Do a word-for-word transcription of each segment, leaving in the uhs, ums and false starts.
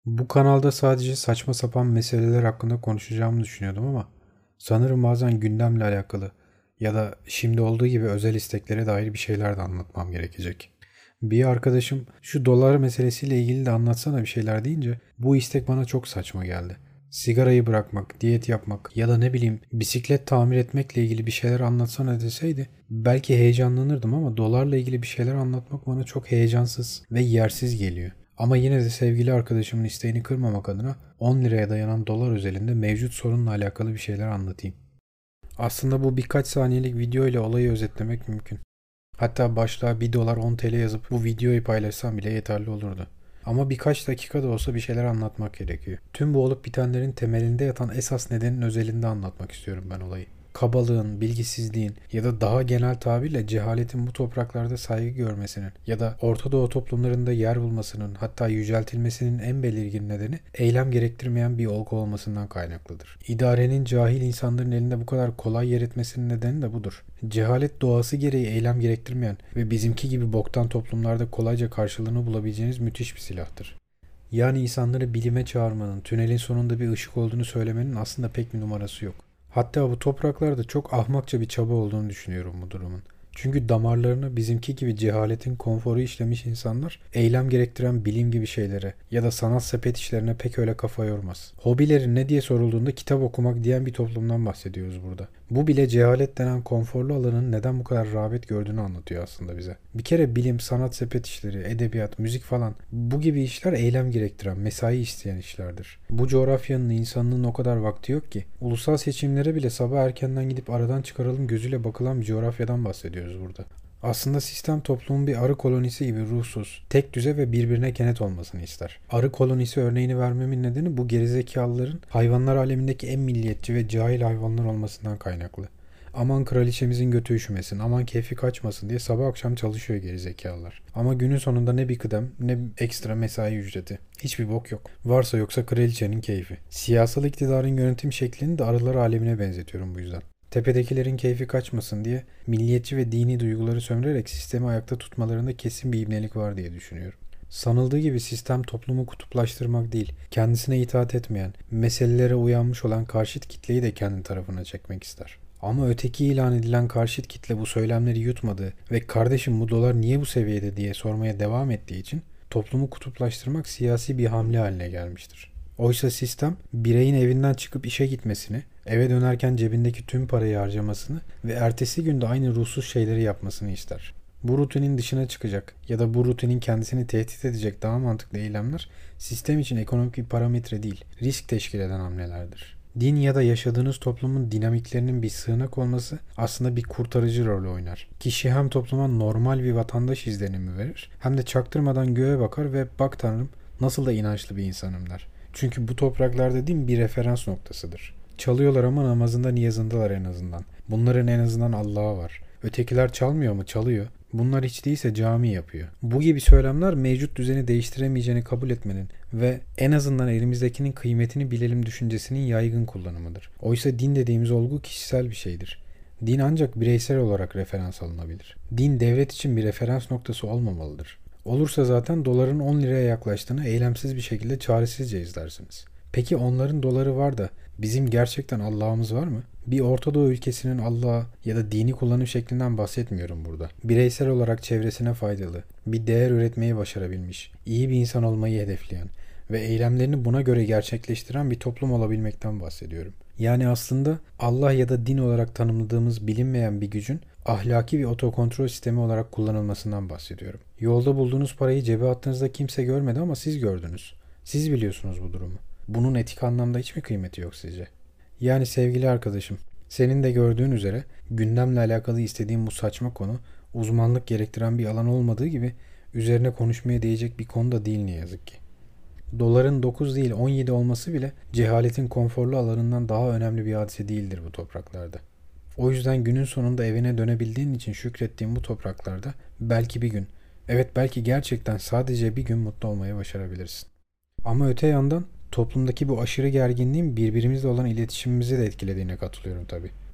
Bu kanalda sadece saçma sapan meseleler hakkında konuşacağımı düşünüyordum ama sanırım bazen gündemle alakalı ya da şimdi olduğu gibi özel isteklere dair bir şeyler de anlatmam gerekecek. Bir arkadaşım şu dolar meselesiyle ilgili de anlatsana bir şeyler deyince bu istek bana çok saçma geldi. Sigarayı bırakmak, diyet yapmak ya da ne bileyim bisiklet tamir etmekle ilgili bir şeyler anlatsana deseydi belki heyecanlanırdım ama dolarla ilgili bir şeyler anlatmak bana çok heyecansız ve yersiz geliyor. Ama yine de sevgili arkadaşımın isteğini kırmamak adına on liraya dayanan dolar özelinde mevcut sorunla alakalı bir şeyler anlatayım. Aslında bu birkaç saniyelik video ile olayı özetlemek mümkün. Hatta başlığa bir dolar on T L yazıp bu videoyu paylaşsam bile yeterli olurdu. Ama birkaç dakika da olsa bir şeyler anlatmak gerekiyor. Tüm bu olup bitenlerin temelinde yatan esas nedenin özelinde anlatmak istiyorum ben olayı. Kabalığın, bilgisizliğin ya da daha genel tabirle cehaletin bu topraklarda saygı görmesinin ya da Orta Doğu toplumlarında yer bulmasının hatta yüceltilmesinin en belirgin nedeni eylem gerektirmeyen bir olgu olmasından kaynaklıdır. İdarenin cahil insanların elinde bu kadar kolay yer etmesinin nedeni de budur. Cehalet doğası gereği eylem gerektirmeyen ve bizimki gibi boktan toplumlarda kolayca karşılığını bulabileceğiniz müthiş bir silahtır. Yani insanları bilime çağırmanın, tünelin sonunda bir ışık olduğunu söylemenin aslında pek bir numarası yok. Hatta bu topraklarda çok ahmakça bir çaba olduğunu düşünüyorum bu durumun. Çünkü damarlarına bizimki gibi cehaletin konforu işlemiş insanlar eylem gerektiren bilim gibi şeylere ya da sanat sepet işlerine pek öyle kafa yormaz. Hobileri ne diye sorulduğunda kitap okumak diyen bir toplumdan bahsediyoruz burada. Bu bile cehalet denen konforlu alanın neden bu kadar rağbet gördüğünü anlatıyor aslında bize. Bir kere bilim, sanat sepet işleri, edebiyat, müzik falan bu gibi işler eylem gerektiren, mesai isteyen işlerdir. Bu coğrafyanın insanlığın o kadar vakti yok ki. Ulusal seçimlere bile sabah erkenden gidip aradan çıkaralım gözüyle bakılan bir coğrafyadan bahsediyoruz burada. Aslında sistem toplumun bir arı kolonisi gibi ruhsuz, tek düze ve birbirine kenet olmasını ister. Arı kolonisi örneğini vermemin nedeni bu gerizekalıların hayvanlar alemindeki en milliyetçi ve cahil hayvanlar olmasından kaynaklı. Aman kraliçemizin götü üşümesin, aman keyfi kaçmasın diye sabah akşam çalışıyor gerizekalılar. Ama günün sonunda ne bir kıdem ne ekstra mesai ücreti. Hiçbir bok yok. Varsa yoksa kraliçenin keyfi. Siyasal iktidarın yönetim şeklini de arılar alemine benzetiyorum bu yüzden. Tepedekilerin keyfi kaçmasın diye milliyetçi ve dini duyguları sömürerek sistemi ayakta tutmalarında kesin bir ibnelik var diye düşünüyorum. Sanıldığı gibi sistem toplumu kutuplaştırmak değil, kendisine itaat etmeyen, meselelere uyanmış olan karşıt kitleyi de kendi tarafına çekmek ister. Ama öteki ilan edilen karşıt kitle bu söylemleri yutmadığı ve kardeşim bu dolar niye bu seviyede diye sormaya devam ettiği için toplumu kutuplaştırmak siyasi bir hamle haline gelmiştir. Oysa sistem bireyin evinden çıkıp işe gitmesini, eve dönerken cebindeki tüm parayı harcamasını ve ertesi günde aynı ruhsuz şeyleri yapmasını ister. Bu rutinin dışına çıkacak ya da bu rutinin kendisini tehdit edecek daha mantıklı eylemler sistem için ekonomik bir parametre değil, risk teşkil eden hamlelerdir. Din ya da yaşadığınız toplumun dinamiklerinin bir sığınak olması aslında bir kurtarıcı rol oynar. Kişi hem topluma normal bir vatandaş izlenimi verir hem de çaktırmadan göğe bakar ve bak tanrım nasıl da inançlı bir insanım der. Çünkü bu topraklar dediğim bir referans noktasıdır. Çalıyorlar ama namazında niyazındalar en azından. Bunların en azından Allah'ı var. Ötekiler çalmıyor mu? Çalıyor. Bunlar hiç değilse cami yapıyor. Bu gibi söylemler mevcut düzeni değiştiremeyeceğini kabul etmenin ve en azından elimizdekinin kıymetini bilelim düşüncesinin yaygın kullanımıdır. Oysa din dediğimiz olgu kişisel bir şeydir. Din ancak bireysel olarak referans alınabilir. Din devlet için bir referans noktası olmamalıdır. Olursa zaten doların on liraya yaklaştığını eylemsiz bir şekilde çaresizce izlersiniz. Peki onların doları var da bizim gerçekten Allah'ımız var mı? Bir Orta Doğu ülkesinin Allah'a ya da dini kullanım şeklinden bahsetmiyorum burada. Bireysel olarak çevresine faydalı, bir değer üretmeyi başarabilmiş, iyi bir insan olmayı hedefleyen ve eylemlerini buna göre gerçekleştiren bir toplum olabilmekten bahsediyorum. Yani aslında Allah ya da din olarak tanımladığımız bilinmeyen bir gücün ahlaki bir otokontrol sistemi olarak kullanılmasından bahsediyorum. Yolda bulduğunuz parayı cebe attığınızda kimse görmedi ama siz gördünüz. Siz biliyorsunuz bu durumu. Bunun etik anlamda hiç mi kıymeti yok sizce? Yani sevgili arkadaşım, senin de gördüğün üzere gündemle alakalı istediğim bu saçma konu uzmanlık gerektiren bir alan olmadığı gibi üzerine konuşmaya değecek bir konu da değil ne yazık ki. Doların dokuz değil on yedi olması bile cehaletin konforlu alanından daha önemli bir hadise değildir bu topraklarda. O yüzden günün sonunda evine dönebildiğin için şükrettiğin bu topraklarda belki bir gün, evet belki gerçekten sadece bir gün mutlu olmayı başarabilirsin. Ama öte yandan toplumdaki bu aşırı gerginliğin birbirimizle olan iletişimimizi de etkilediğine katılıyorum tabii.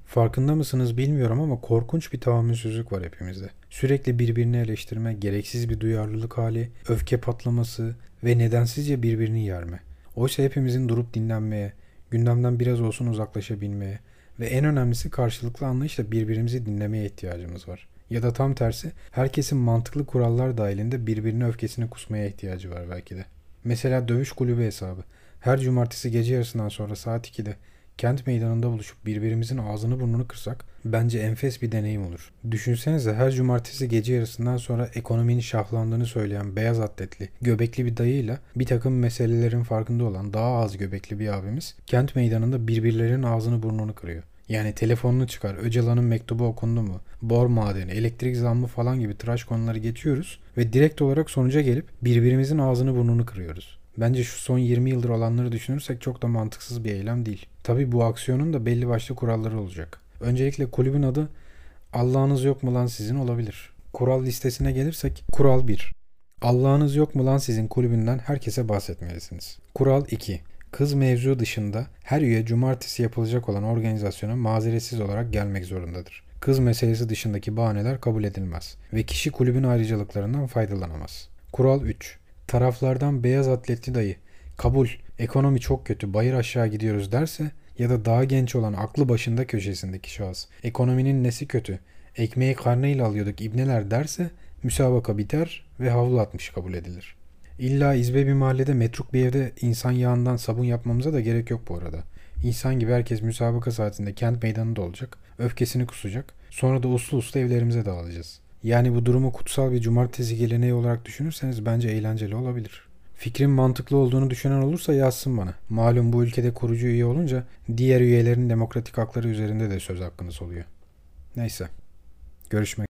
Farkında mısınız bilmiyorum ama korkunç bir tahammülsüzlük var hepimizde. Sürekli birbirini eleştirme, gereksiz bir duyarlılık hali, öfke patlaması ve nedensizce birbirini yerme. Oysa hepimizin durup dinlenmeye, gündemden biraz olsun uzaklaşabilmeye ve en önemlisi karşılıklı anlayışla birbirimizi dinlemeye ihtiyacımız var. Ya da tam tersi, herkesin mantıklı kurallar dahilinde birbirine öfkesini kusmaya ihtiyacı var belki de. Mesela dövüş kulübü hesabı. Her cumartesi gece yarısından sonra saat ikide kent meydanında buluşup birbirimizin ağzını burnunu kırsak bence enfes bir deneyim olur. Düşünsenize, her cumartesi gece yarısından sonra ekonominin şahlandığını söyleyen beyaz atletli, göbekli bir dayıyla bir takım meselelerin farkında olan daha az göbekli bir abimiz kent meydanında birbirlerinin ağzını burnunu kırıyor. Yani telefonunu çıkar, Öcalan'ın mektubu okundu mu, bor madeni, elektrik zammı falan gibi tıraş konuları geçiyoruz ve direkt olarak sonuca gelip birbirimizin ağzını burnunu kırıyoruz. Bence şu son yirmi yıldır olanları düşünürsek çok da mantıksız bir eylem değil. Tabii bu aksiyonun da belli başlı kuralları olacak. Öncelikle kulübün adı "Allah'ınız yok mu lan sizin" olabilir. Kural listesine gelirsek, kural bir. Allah'ınız yok mu lan sizin kulübünden herkese bahsetmelisiniz. Kural iki. Kız mevzu dışında her üye cumartesi yapılacak olan organizasyona mazeretsiz olarak gelmek zorundadır. Kız meselesi dışındaki bahaneler kabul edilmez ve kişi kulübün ayrıcalıklarından faydalanamaz. Kural üç. Taraflardan beyaz atletli dayı "kabul, ekonomi çok kötü, bayır aşağı gidiyoruz" derse ya da daha genç olan aklı başında köşesindeki şahıs "ekonominin nesi kötü, ekmeği karneyle alıyorduk ibneler" derse müsabaka biter ve havlu atmış kabul edilir. İlla izbe bir mahallede metruk bir evde insan yağından sabun yapmamıza da gerek yok bu arada. İnsan gibi herkes müsabaka saatinde kent meydanında olacak, öfkesini kusacak, sonra da uslu uslu evlerimize dağılacağız. Yani bu durumu kutsal bir cumartesi geleneği olarak düşünürseniz bence eğlenceli olabilir. Fikrin mantıklı olduğunu düşünen olursa yazsın bana. Malum bu ülkede kurucu üye olunca diğer üyelerin demokratik hakları üzerinde de söz hakkınız oluyor. Neyse. Görüşmek